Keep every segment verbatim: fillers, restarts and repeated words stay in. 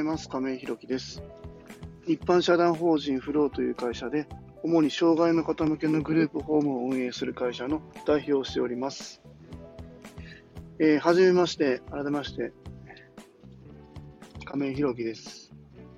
います。亀井宏樹です。一般社団法人フローという会社で、主に障害の方向けのグループホームを運営する会社の代表をしております。えー、はじめまして、改めまして、亀井宏樹です。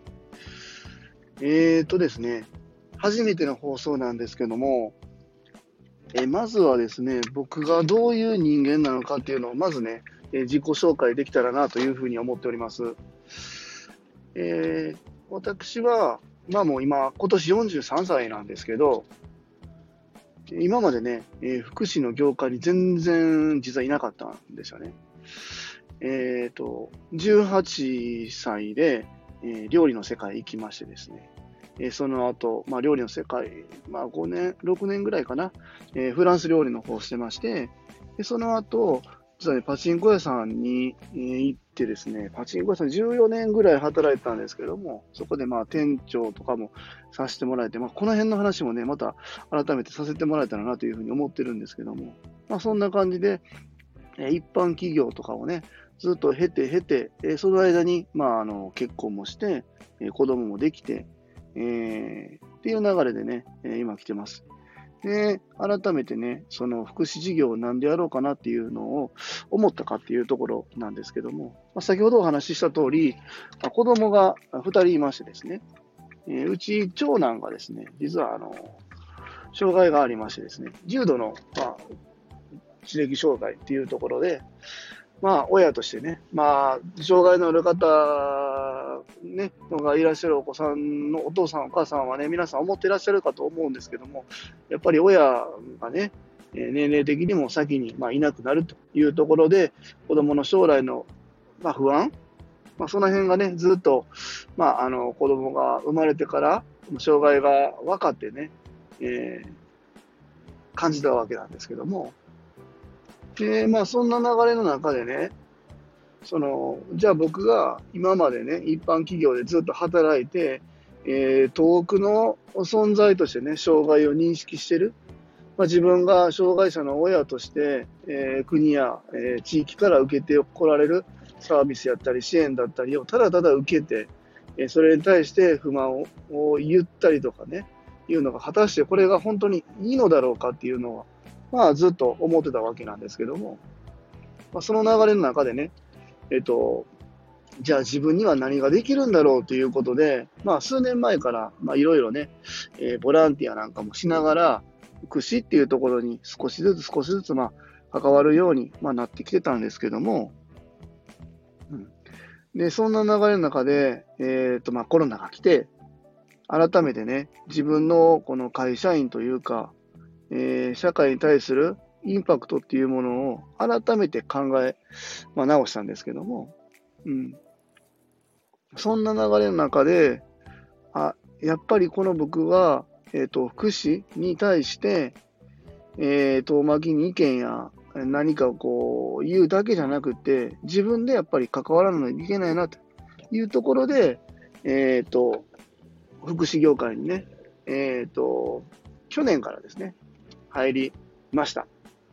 えーとですね、初めての放送なんですけども、えー、まずはですね、僕がどういう人間なのかっていうのをまずね、えー、自己紹介できたらなというふうに思っております。えー、私は、まあもう今、今年よんじゅうさんさいなんですけど、今までね、えー、福祉の業界に全然実はいなかったんですよね。えっと、じゅうはっさいで、えー料理の世界行きましてですね、えーその後、まあ料理の世界、まあごねん、ろくねんぐらいかな、えーフランス料理の方をしてまして、でその後、実はね、パチンコ屋さんに、えー行ってですね、パチンコ屋さんじゅうよねんぐらい働いてたんですけども、そこでまあ店長とかもさせてもらえて、まあこの辺の話もね、また改めてさせてもらえたらなというふうに思ってるんですけども、まあそんな感じで、えー一般企業とかをね、ずっと経て経て、えーその間に、まああの、結婚もして、えー子供もできて、えーっていう流れでね、えー今来てます。で、改めてね、その福祉事業を何でやろうかなっていうのを思ったかっていうところなんですけども、まあ、先ほどお話しした通り、まあ、子供がふたりいましてですね、えーうち長男がですね、実はあの、障害がありましてですね、重度の、まあ、知的障害っていうところで、まあ、親としてね、まあ、障害のある方、ね、がいらっしゃるお子さんのお父さん、お母さんはね、皆さん思っていらっしゃるかと思うんですけども、やっぱり親がね、年齢的にも先に、まあ、いなくなるというところで、子供の将来の、まあ、不安、まあ、その辺がね、ずっと、まあ、あの子供が生まれてから、障害が分かってね、えー感じたわけなんですけども、で、まあ、そんな流れの中でね、その、じゃあ僕が今までね、一般企業でずっと働いて、えー遠くの存在としてね、障害を認識してる。まあ、自分が障害者の親として、えー国や、えー地域から受けてこられるサービスやったり支援だったりをただただ受けて、えーそれに対して不満をを言ったりとかね、いうのが果たしてこれが本当にいいのだろうかっていうのは、まあずっと思ってたわけなんですけども、まあ、その流れの中でね、えっと、じゃあ自分には何ができるんだろうということで、まあ数年前から、まあいろいろね、えーボランティアなんかもしながら、福祉っていうところに少しずつ少しずつ、まあ、関わるように、まあ、なってきてたんですけども、うん、で、そんな流れの中で、えっと、まあコロナが来て、改めてね、自分のこの会社員というか、えー社会に対するインパクトっていうものを改めて考え、まあ、直したんですけども、うん、そんな流れの中で、あ、やっぱりこの僕は、えっと、福祉に対して、えっと、遠巻きに意見や何かをこう言うだけじゃなくて、自分でやっぱり関わらないといけないなというところで、えっと、福祉業界にね、えっと、去年からですね、入りました。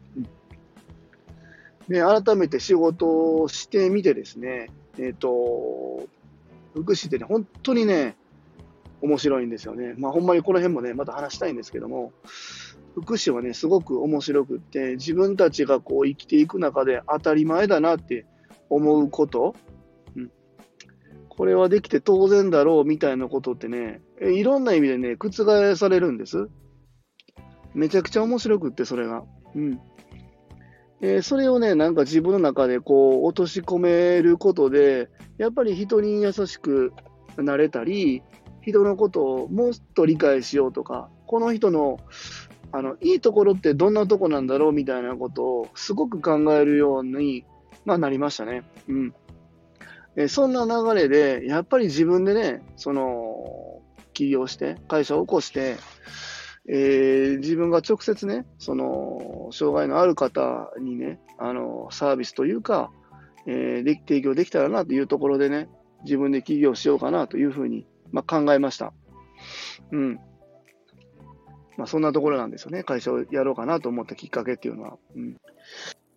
で、改めて仕事をしてみてですね、えっと、福祉ってね、本当にね、面白いんですよね。まあ、ほんまにこの辺もね、また話したいんですけども、福祉はね、すごく面白くって、自分たちがこう生きていく中で当たり前だなって思うこと、うん、これはできて当然だろうみたいなことってね、いろんな意味でね、覆されるんです。めちゃくちゃ面白くって、それが。うん。えーそれをね、なんか自分の中でこう落とし込めることで、やっぱり人に優しくなれたり、人のことをもっと理解しようとか、この人のあのいいところってどんなとこなんだろうみたいなことをすごく考えるように、まあ、なりましたね。うん。えーそんな流れで、やっぱり自分でね、その、起業して、会社を起こして、えー自分が直接ね、その、障害のある方にね、あの、サービスというか、えーで提供できたらなというところでね、自分で起業しようかなというふうに、まあ、考えました。うん。まあ、そんなところなんですよね。会社をやろうかなと思ったきっかけっていうのは。うん。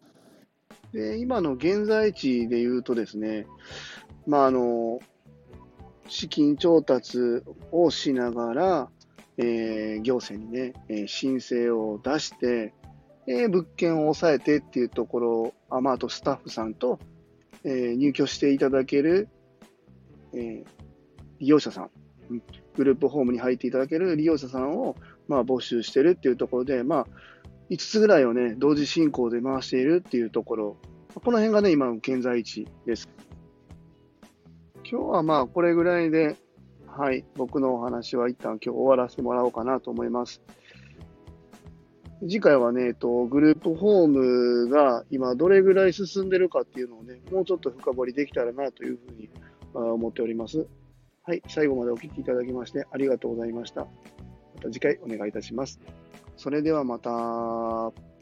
で、今の現在地で言うとですね、まあ、あの、 資金調達をしながら、えー行政にね、えー申請を出して、えー物件を抑えてっていうところ、あ、まあ、あとスタッフさんと、えー入居していただける、えー利用者さん、うんグループホームに入っていただける利用者さんを、まあ、募集してるっていうところで、まあ、いつつぐらいをね、同時進行で回しているっていうところ、この辺がね、今の現在地です。今日はまあ、これぐらいで、はい、僕のお話は一旦今日終わらせてもらおうかなと思います。次回はね、えっと、グループホームが今どれぐらい進んでるかっていうのをね、もうちょっと深掘りできたらなというふうにあ思っております。はい、最後までお聞きいただきましてありがとうございました。また次回お願いいたします。それではまた。